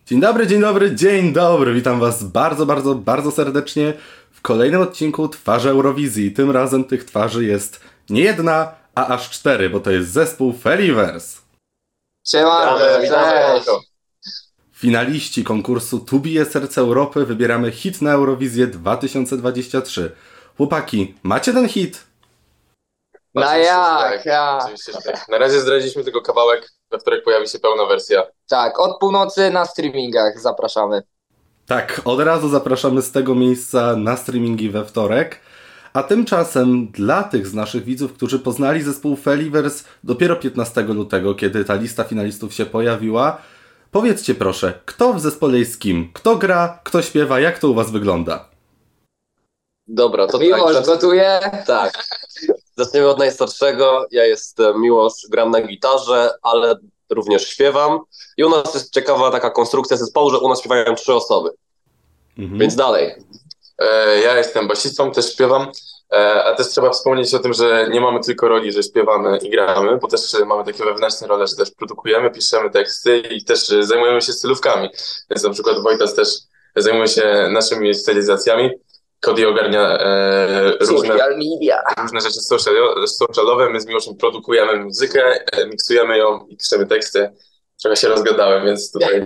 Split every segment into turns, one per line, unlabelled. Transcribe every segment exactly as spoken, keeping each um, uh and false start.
Dzień dobry, dzień dobry, dzień dobry. Witam was bardzo, bardzo, bardzo serdecznie w kolejnym odcinku Twarzy Eurowizji. Tym razem tych twarzy jest nie jedna, a aż cztery, bo to jest zespół Feliverse.
Siema, cześć.
Finaliści konkursu Tu bije serce Europy, wybieramy hit na Eurowizję dwa tysiące dwadzieścia trzy. Chłopaki, macie ten hit?
No
Oczywiście,
jak,
tak.
ja.
Oczywiście, że tak. Na razie zdradziliśmy tylko kawałek, we wtorek pojawi się pełna wersja.
Tak, od północy na streamingach zapraszamy.
Tak, od razu zapraszamy z tego miejsca na streamingi we wtorek. A tymczasem dla tych z naszych widzów, którzy poznali zespół Feliverse dopiero piętnastego lutego, kiedy ta lista finalistów się pojawiła, powiedzcie proszę, kto w zespole jest z kim? Kto gra, kto śpiewa, jak to u was wygląda?
Dobra, to
Miłosz
tak.
gotuje.
Tak. Zaczniemy od najstarszego. Ja jestem Miłosz, gram na gitarze, ale również śpiewam. I u nas jest ciekawa taka konstrukcja zespołu, że u nas śpiewają trzy osoby.
Mhm.
Więc dalej.
E, ja jestem basistą, też śpiewam, e, a też trzeba wspomnieć o tym, że nie mamy tylko roli, że śpiewamy i gramy, bo też mamy takie wewnętrzne role, że też produkujemy, piszemy teksty i też e, zajmujemy się stylówkami. Więc na przykład Wojtas też zajmuje się naszymi stylizacjami. Cody ogarnia e, różne,
Social media.
różne rzeczy social, socialowe, my z Miłoszem produkujemy muzykę, e, miksujemy ją i piszemy teksty. Trochę się rozgadałem, więc tutaj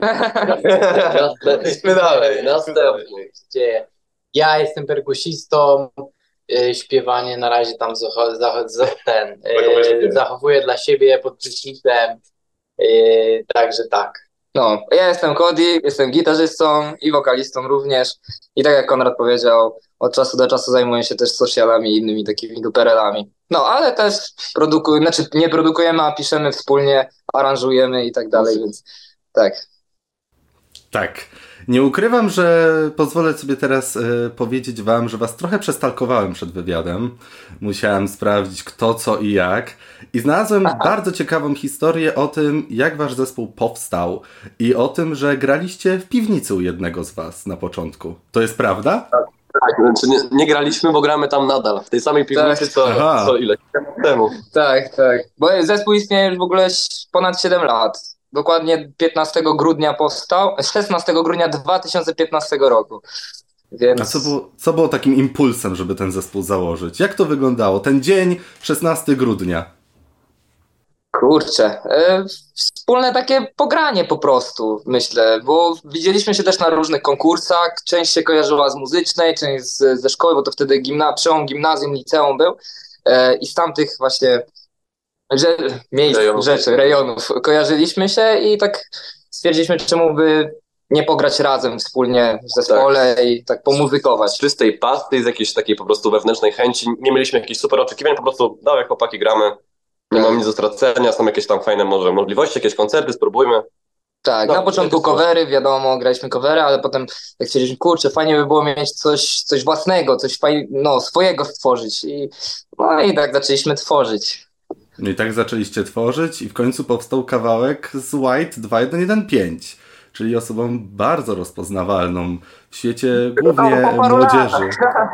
idźmy dalej.
Następny.
dzieje. Ja jestem perkusistą, y, śpiewanie na razie tam zacho- zach- za- ten, y, zachowuję dla siebie pod prysznicem, y, także tak.
No, ja jestem Cody, jestem gitarzystą i wokalistą również. I tak jak Konrad powiedział, od czasu do czasu zajmuję się też socialami i innymi takimi duperelami. No, ale też produkujemy, znaczy nie produkujemy, a piszemy wspólnie, aranżujemy i tak dalej, więc tak.
Tak. Nie ukrywam, że pozwolę sobie teraz y, powiedzieć wam, że was trochę przestalkowałem przed wywiadem. Musiałem sprawdzić kto, co i jak. I znalazłem
Aha.
bardzo ciekawą historię o tym, jak wasz zespół powstał. I o tym, że graliście w piwnicy u jednego z was na początku. To jest prawda?
Tak, znaczy nie, nie graliśmy, bo gramy tam nadal. W tej samej piwnicy, co,
Aha.
co ile temu.
Tak, tak. Bo zespół istnieje już w ogóle ponad siedem lat. Dokładnie piętnastego grudnia powstał, szesnastego grudnia dwa tysiące piętnastego roku. Więc...
A co było, co było takim impulsem, żeby ten zespół założyć? Jak to wyglądało? Ten dzień, szesnastego grudnia.
Kurczę, e, wspólne takie pogranie po prostu, myślę, bo widzieliśmy się też na różnych konkursach, część się kojarzyła z muzycznej, część z, ze szkoły, bo to wtedy gimna, przełom gimnazjum, liceum był e, i z tamtych właśnie że, miejsc,
Rejonów.
rzeczy, rejonów kojarzyliśmy się i tak stwierdziliśmy, czemu by nie pograć razem wspólnie w zespole i tak pomuzykować.
Z czystej pasty, z jakiejś takiej po prostu wewnętrznej chęci. Nie mieliśmy jakichś super oczekiwań, po prostu dawaj chłopaki, gramy. Nie mam nic do stracenia, są jakieś tam fajne może możliwości, jakieś koncerty, spróbujmy.
Tak,
No,
na początku
to jest
covery, wiadomo, graliśmy covery, ale potem jak stwierdziliśmy, kurczę, fajnie by było mieć coś, coś własnego, coś faj... no, swojego stworzyć i no i tak zaczęliśmy tworzyć.
No i tak zaczęliście tworzyć i w końcu powstał kawałek z White dwa jeden jeden pięć, czyli osobą bardzo rozpoznawalną w świecie głównie
No, po paru
młodzieży.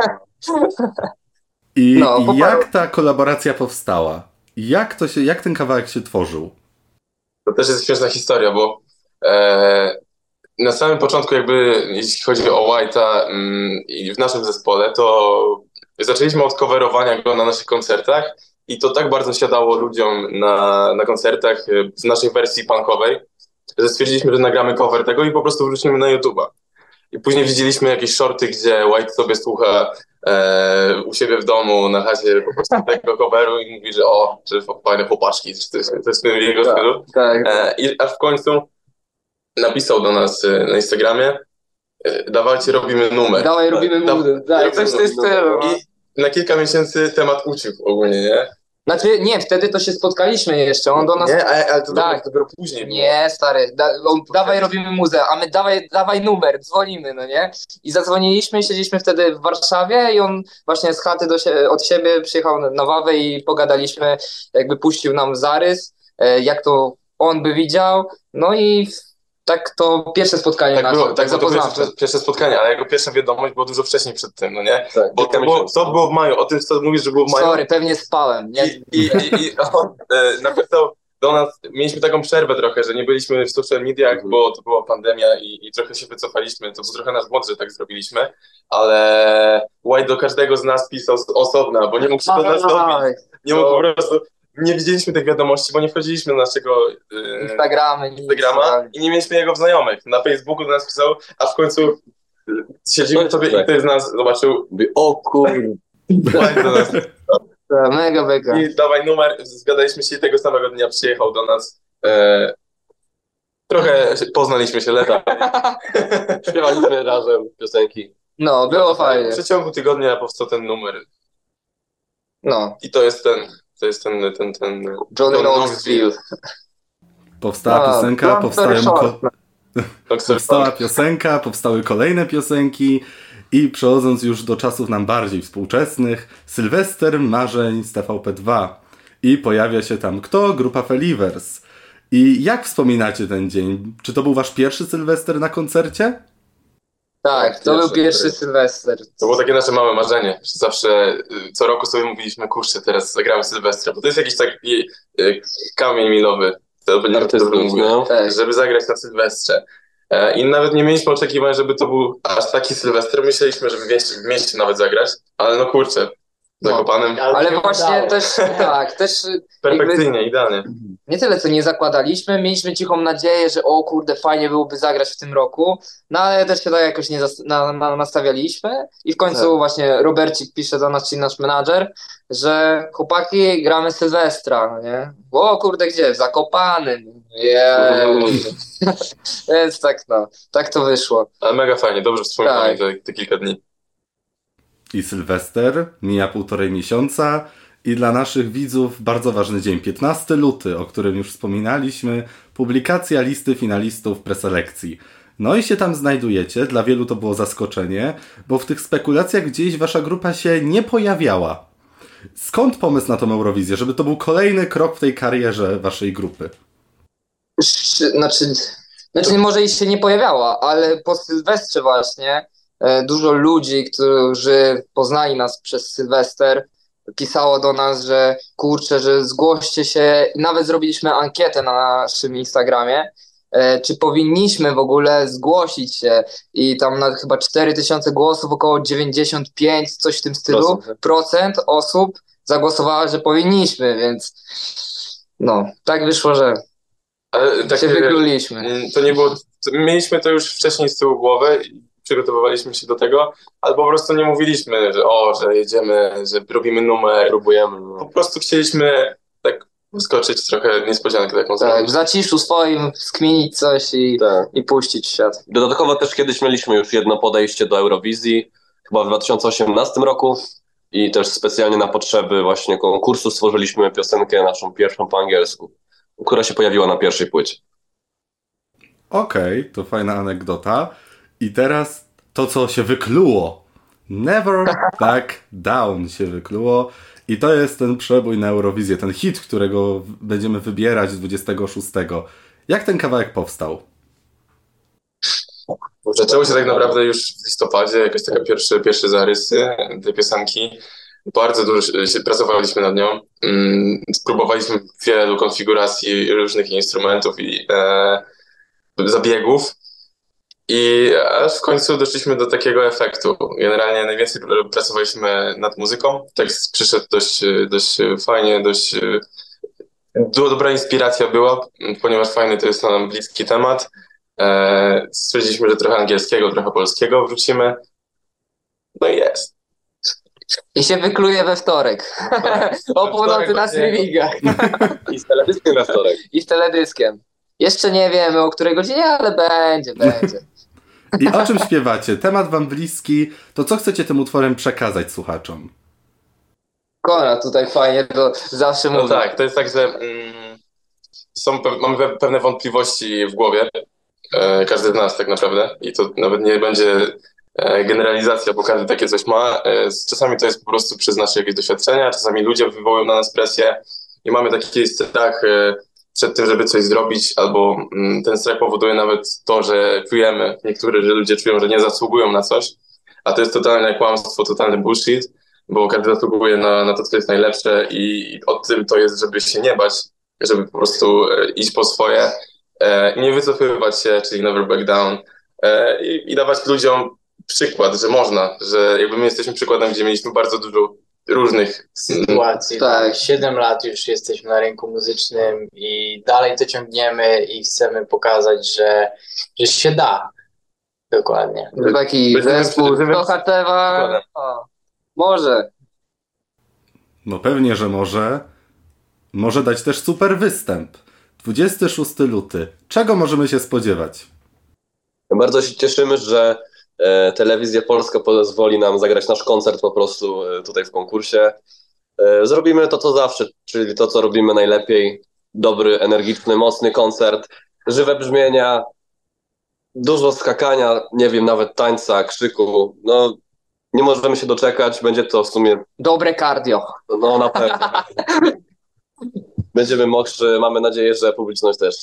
I
No, po paru-
jak ta kolaboracja powstała? Jak, to się, jak ten kawałek się tworzył?
To też jest śmieszna historia, bo e, na samym początku jakby, jeśli chodzi o White'a mm, i w naszym zespole, to zaczęliśmy od coverowania go na naszych koncertach i to tak bardzo siadało ludziom na, na koncertach e, w naszej wersji punkowej, że stwierdziliśmy, że nagramy cover tego i po prostu wrzucimy na YouTube'a. I później widzieliśmy jakieś shorty, gdzie White sobie słucha e, u siebie w domu na chacie po prostu tego coveru i mówi, że o, że fajne chłopaczki, czy to jest, to jest w tym jego stylu.
Tak,
E, I aż w końcu napisał do nas e, na Instagramie, e, dawajcie, robimy numer.
dawaj robimy
Da-
muzy. Tak, coś w tym stylu.
I na kilka miesięcy temat ucichł ogólnie, nie?
Znaczy nie, wtedy to się spotkaliśmy jeszcze, on do nas...
Nie, ale, ale to
Tak.
dopiero, dopiero później było.
Nie, stary, da, on, dawaj robimy muzę, a my dawaj, dawaj numer, dzwonimy, no nie? I zadzwoniliśmy, siedzieliśmy wtedy w Warszawie i on właśnie z chaty do sie, od siebie przyjechał na, na Wawę i pogadaliśmy, jakby puścił nam zarys, e, jak to on by widział, no i tak to pierwsze spotkanie
Tak
nasze,
było,
tak,
tak było to
zapoznawcze.
pierwsze, pierwsze spotkanie, ale jego pierwsza wiadomość była dużo wcześniej przed tym, no nie?
Tak,
Bo
kilka
to było,
miesięcy.
to było w maju, o tym co mówisz, że było w maju.
Sorry, pewnie spałem, nie?
I, i, i, i on e, napisał, do nas, mieliśmy taką przerwę trochę, że nie byliśmy w social mediach, bo to była pandemia i, i trochę się wycofaliśmy, to był trochę nasz błąd, że tak zrobiliśmy, ale White do każdego z nas pisał z osobna, bo nie mógł się do nas dobić, nie mógł po prostu, nie widzieliśmy tych wiadomości, bo nie wchodziliśmy na naszego yy,
Instagramy,
Instagrama i nie mieliśmy jego w znajomych. Na Facebooku do nas pisał, a w końcu siedzimy sobie i ktoś z nas zobaczył,
o kurde,
White do nas.
Mega, mega.
I dawaj numer, zgadaliśmy się i tego samego dnia przyjechał do nas. E, trochę poznaliśmy się lepiej.
śpiewaliśmy razem piosenki.
No, było fajnie.
W przeciągu tygodnia powstał ten numer.
No.
I to jest ten, to jest ten, ten, ten...
Johnny Knoxville.
Powstała
A,
piosenka,
no,
powstają
short.
ko- powstała piosenka, powstały kolejne piosenki i przechodząc już do czasów nam bardziej współczesnych, Sylwester Marzeń z T V P dwa i pojawia się tam kto? Grupa Felivers. I jak wspominacie ten dzień? Czy to był wasz pierwszy Sylwester na koncercie?
Tak, to był pierwszy Sylwester.
To było takie nasze małe marzenie, że zawsze y, co roku sobie mówiliśmy, kurczę, teraz zagramy Sylwestra, bo to jest jakiś taki y, kamień milowy, to by nie
Artystów,
to mówię,
no.
Tak.
żeby zagrać na Sylwestrze. E, I nawet nie mieliśmy oczekiwań, żeby to był aż taki Sylwester. Myśleliśmy, żeby w mieście, w mieście nawet zagrać, ale no kurczę, Zakopanem.
Ale właśnie też, tak, też
Perfekcyjnie,
jakby
idealnie.
nie tyle co nie zakładaliśmy, mieliśmy cichą nadzieję, że o kurde, fajnie byłoby zagrać w tym roku, no ale też się tak jakoś nie zas- na, na, nastawialiśmy i w końcu
Tak.
właśnie Robercik pisze do nas, czyli nasz menadżer, że chłopaki, gramy Sylwestra, no nie? O kurde, gdzie? W Zakopanym. Yeah. Więc tak no, tak to wyszło.
Ale mega fajnie, dobrze wspominamy
Tak.
te, te kilka dni.
I Sylwester, mija półtorej miesiąca i dla naszych widzów bardzo ważny dzień, piętnasty luty, o którym już wspominaliśmy, publikacja listy finalistów preselekcji. No i się tam znajdujecie, dla wielu to było zaskoczenie, bo w tych spekulacjach gdzieś wasza grupa się nie pojawiała. Skąd pomysł na tą Eurowizję, żeby to był kolejny krok w tej karierze waszej grupy?
Sz- Znaczy, znaczy może i się nie pojawiała, ale po Sylwestrze właśnie e, dużo ludzi, którzy poznali nas przez Sylwester, pisało do nas, że kurczę, że zgłoście się, i nawet zrobiliśmy ankietę na naszym Instagramie, e, czy powinniśmy w ogóle zgłosić się i tam na chyba cztery tysiące głosów, około dziewięćdziesiąt pięć, coś w tym stylu,
Procent.
procent osób zagłosowała, że powinniśmy, więc no, tak wyszło, że
Ale tak,
się
wiesz,
wykluliśmy.
Mm, To nie było. to Mieliśmy to już wcześniej z tyłu głowy i przygotowywaliśmy się do tego, ale po prostu nie mówiliśmy, że o, że jedziemy, że robimy numer.
Próbujemy.
Po
No.
prostu chcieliśmy tak wyskoczyć trochę niespodziankę taką
Tak, w
zrobić.
zaciszu swoim skminić coś i,
Tak.
i puścić w świat.
Dodatkowo też kiedyś mieliśmy już jedno podejście do Eurowizji, chyba w dwa tysiące osiemnastym roku i też specjalnie na potrzeby właśnie konkursu stworzyliśmy piosenkę naszą pierwszą po angielsku, która się pojawiła na pierwszej płycie.
Okej, to fajna anegdota. I teraz to, co się wykluło. Never Back Down się wykluło. I to jest ten przebój na Eurowizję, ten hit, którego w- będziemy wybierać dwudziestego szóstego. Jak ten kawałek powstał?
Zaczęło się tak naprawdę już w listopadzie, jakoś taka pierwsze, pierwsze zarysy tej piosenki. Bardzo dużo się pracowaliśmy nad nią. Mm, Spróbowaliśmy wielu konfiguracji różnych instrumentów i e, zabiegów. I aż w końcu doszliśmy do takiego efektu. Generalnie najwięcej pr- pracowaliśmy nad muzyką. Tekst przyszedł dość, dość fajnie, dość do, dobra inspiracja była, ponieważ fajny to jest nam bliski temat. E, stwierdziliśmy, że trochę angielskiego, trochę polskiego wrzucimy. No i jest.
I się wykluje we wtorek. O północy na streamingach.
I z teledyskiem we wtorek.
I z teledyskiem. Jeszcze nie wiemy o której godzinie, ale będzie, będzie.
I o czym śpiewacie? Temat wam bliski. To co chcecie tym utworem przekazać słuchaczom?
Konrad tutaj fajnie to zawsze
No
mówi.
tak, to jest tak, że mm, są, pe- mamy pe- pewne wątpliwości w głowie. E, każdy z nas tak naprawdę. I to nawet nie będzie e, generalizacja, bo każdy takie coś ma. E, z- czasami to jest po prostu przez nasze jakieś doświadczenia, czasami ludzie wywołują na nas presję i mamy taki strach e, przed tym, żeby coś zrobić, albo mm, ten strach powoduje nawet to, że czujemy, niektórzy że ludzie czują, że nie zasługują na coś, a to jest totalne kłamstwo, totalny bullshit, bo każdy zasługuje na, na to, co jest najlepsze i, i o tym to jest, żeby się nie bać, żeby po prostu e, iść po swoje e, i nie wycofywać się, czyli never back down e, i, i dawać ludziom przykład, że można, że jakby my jesteśmy przykładem, gdzie mieliśmy bardzo dużo różnych
sytuacji. Tak, siedem lat już jesteśmy na rynku muzycznym i dalej to ciągniemy i chcemy pokazać, że, że się da. Dokładnie.
Taki zespół sto Hatewa. Może.
No pewnie, że może. Może dać też super występ. dwudziestego szóstego lutego. Czego możemy się spodziewać?
Bardzo się cieszymy, że e, Telewizja Polska pozwoli nam zagrać nasz koncert po prostu e, tutaj w konkursie. E, zrobimy to, co zawsze, czyli to, co robimy najlepiej. Dobry, energiczny, mocny koncert, żywe brzmienia, dużo skakania, nie wiem, nawet tańca, krzyku. No, nie możemy się doczekać, będzie to w sumie...
Dobre cardio.
No, na pewno. Będziemy mokrzy, mamy nadzieję, że publiczność też.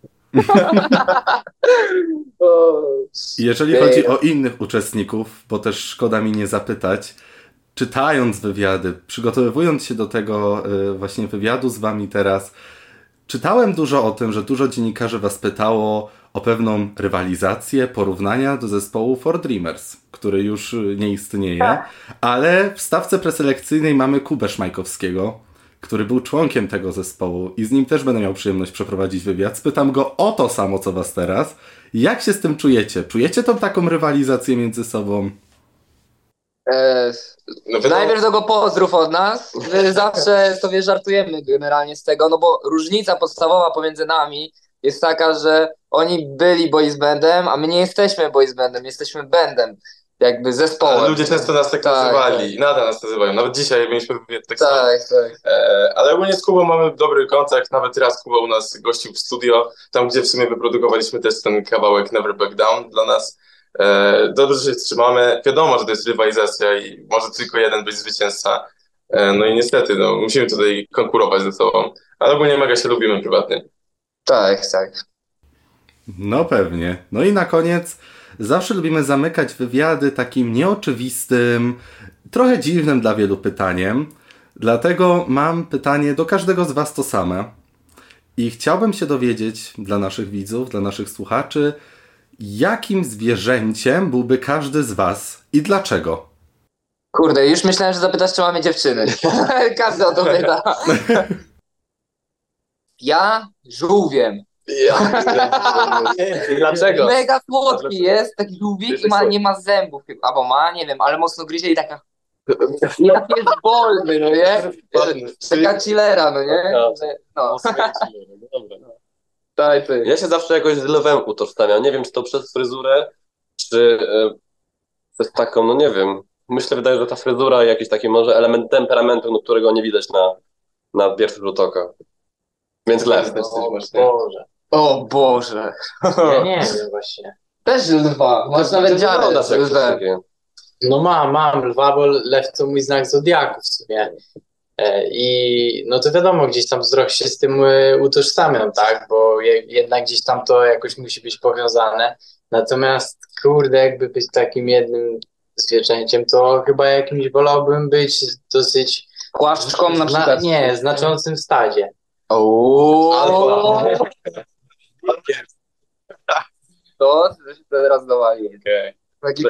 Jeżeli chodzi o innych uczestników, bo też szkoda mi nie zapytać, czytając wywiady, przygotowując się do tego właśnie wywiadu z wami teraz, czytałem dużo o tym, że dużo dziennikarzy was pytało o pewną rywalizację, porównania do zespołu For Dreamers, który już nie istnieje, ale w stawce preselekcyjnej mamy Kubę Szmajkowskiego, który był członkiem tego zespołu i z nim też będę miał przyjemność przeprowadzić wywiad. Spytam go o to samo, co was teraz. Jak się z tym czujecie? Czujecie tą taką rywalizację między sobą?
Eee, no najpierw do go pozdrów od nas. My zawsze sobie żartujemy generalnie z tego, no bo różnica podstawowa pomiędzy nami jest taka, że oni byli boys bandem, a my nie jesteśmy boys bandem, jesteśmy bandem. Jakby zespołem.
Ale ludzie często nas tak, tak nazywali tak. I nadal nas nazywają. Nawet dzisiaj mieliśmy wywiad tak samo.
Tak, tak.
E, ale ogólnie z Kubą mamy dobry kontakt. Nawet raz Kuba u nas gościł w studio, tam gdzie w sumie wyprodukowaliśmy też ten kawałek Never Back Down dla nas. E, dobrze, że się trzymamy. Wiadomo, że to jest rywalizacja i może tylko jeden być zwycięzca. E, no i niestety, no, musimy tutaj konkurować ze sobą. Ale ogólnie mega się lubimy prywatnie.
Tak, tak.
No pewnie. No i na koniec zawsze lubimy zamykać wywiady takim nieoczywistym, trochę dziwnym dla wielu pytaniem. Dlatego mam pytanie do każdego z was to same. I chciałbym się dowiedzieć dla naszych widzów, dla naszych słuchaczy, jakim zwierzęciem byłby każdy z was i dlaczego?
Kurde, już myślałem, że zapytasz, czy mamy dziewczyny. Każdy o to pyta. Ja żółwiem.
Ja. Dlaczego?
Mega słodki jest, taki żółwik i ma, nie ma zębów, albo ma, nie wiem, ale mocno gryzie i taka... Jak jest wolny, no nie? Taka chillera, no nie? No. Tak, ty.
Ja się zawsze jakoś z lwem utożsamiam. Nie wiem, czy to przez fryzurę, czy e, przez taką, no nie wiem. Myślę, wydaje, że ta fryzura jakiś taki może element temperamentu, no, którego nie widać na, na pierwszy rzut oka. Więc lew.
O Boże.
O Boże.
Ja nie wiem właśnie.
Też lwa. Masz nawet dziarę z lwem.
No mam, mam lwa, bo lew to mój znak zodiaku w sumie. I no to wiadomo, gdzieś tam wzrok się z tym utożsamiam, tak? Bo jednak gdzieś tam to jakoś musi być powiązane. Natomiast kurde, jakby być takim jednym zwierzęciem, to chyba jakimś wolałbym być dosyć...
Płaszczką na przykład.
Na, nie, znaczącym w stadzie.
Ooo. To się teraz dawali.
Okay.
Taki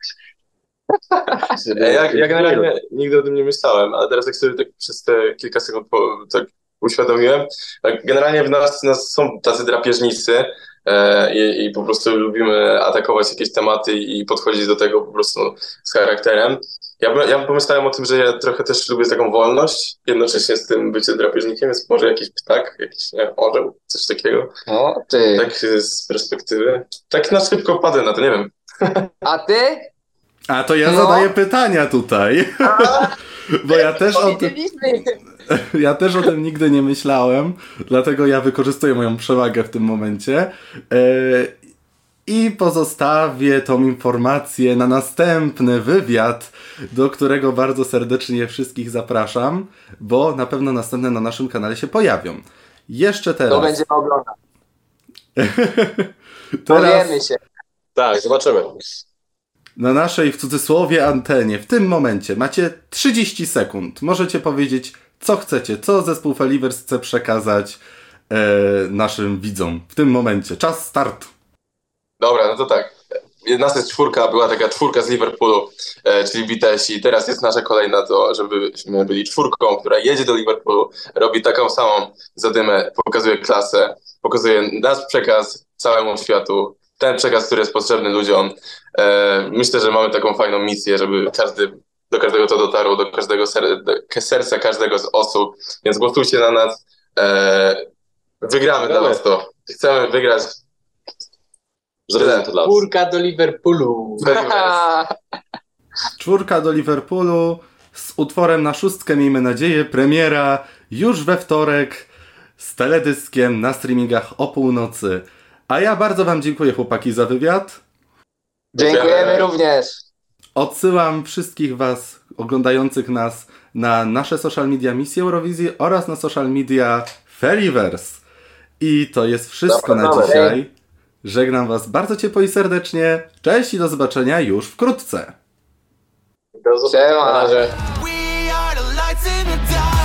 ja, ja generalnie nigdy o tym nie myślałem, ale teraz jak sobie tak przez te kilka sekund po, tak uświadomiłem, tak generalnie w nas, nas są tacy drapieżnicy e, i, i po prostu lubimy atakować jakieś tematy i podchodzić do tego po prostu z charakterem. Ja, ja pomyślałem o tym, że ja trochę też lubię taką wolność, jednocześnie z tym byciem drapieżnikiem, więc może jakiś ptak, jakiś nie, orzeł, coś takiego.
O, ty.
Tak z perspektywy. Tak na szybko padę na to, nie wiem.
A ty?
A to ja
no.
zadaję pytania tutaj. Bo ja też o tym... Ja też o tym nigdy nie myślałem, dlatego ja wykorzystuję moją przewagę w tym momencie. I pozostawię tą informację na następny wywiad, do którego bardzo serdecznie wszystkich zapraszam, bo na pewno następne na naszym kanale się pojawią. Jeszcze teraz.
To będziemy oglądać.
Teraz...
Powiemy się.
Tak, zobaczymy.
Na naszej, w cudzysłowie, antenie w tym momencie macie trzydzieści sekund. Możecie powiedzieć co chcecie, co zespół Felivers chce przekazać e, naszym widzom w tym momencie. Czas start.
Dobra, no to tak. Nas jest czwórka, była taka czwórka z Liverpoolu, e, czyli Vitesse. Teraz jest nasza kolej na to, żebyśmy byli czwórką, która jedzie do Liverpoolu, robi taką samą zadymę, pokazuje klasę, pokazuje nasz przekaz całemu światu, ten przekaz, który jest potrzebny ludziom. E, myślę, że mamy taką fajną misję, żeby każdy, do każdego to dotarło, do każdego ser, do serca każdego z osób, więc głosujcie na nas. E, wygramy dla was to. Chcemy wygrać.
Czwórka do Liverpoolu.
Czwórka do Liverpoolu z utworem na szóstkę, miejmy nadzieję. Premiera już we wtorek z teledyskiem na streamingach o północy. A ja bardzo wam dziękuję, chłopaki, za wywiad.
Dziękujemy również.
Odsyłam wszystkich was oglądających nas na nasze social media Misji Eurowizji oraz na social media Felivers. I to jest wszystko na dzisiaj. Żegnam was bardzo ciepło i serdecznie. Cześć i do zobaczenia już wkrótce.
Do zobaczenia.
Siema.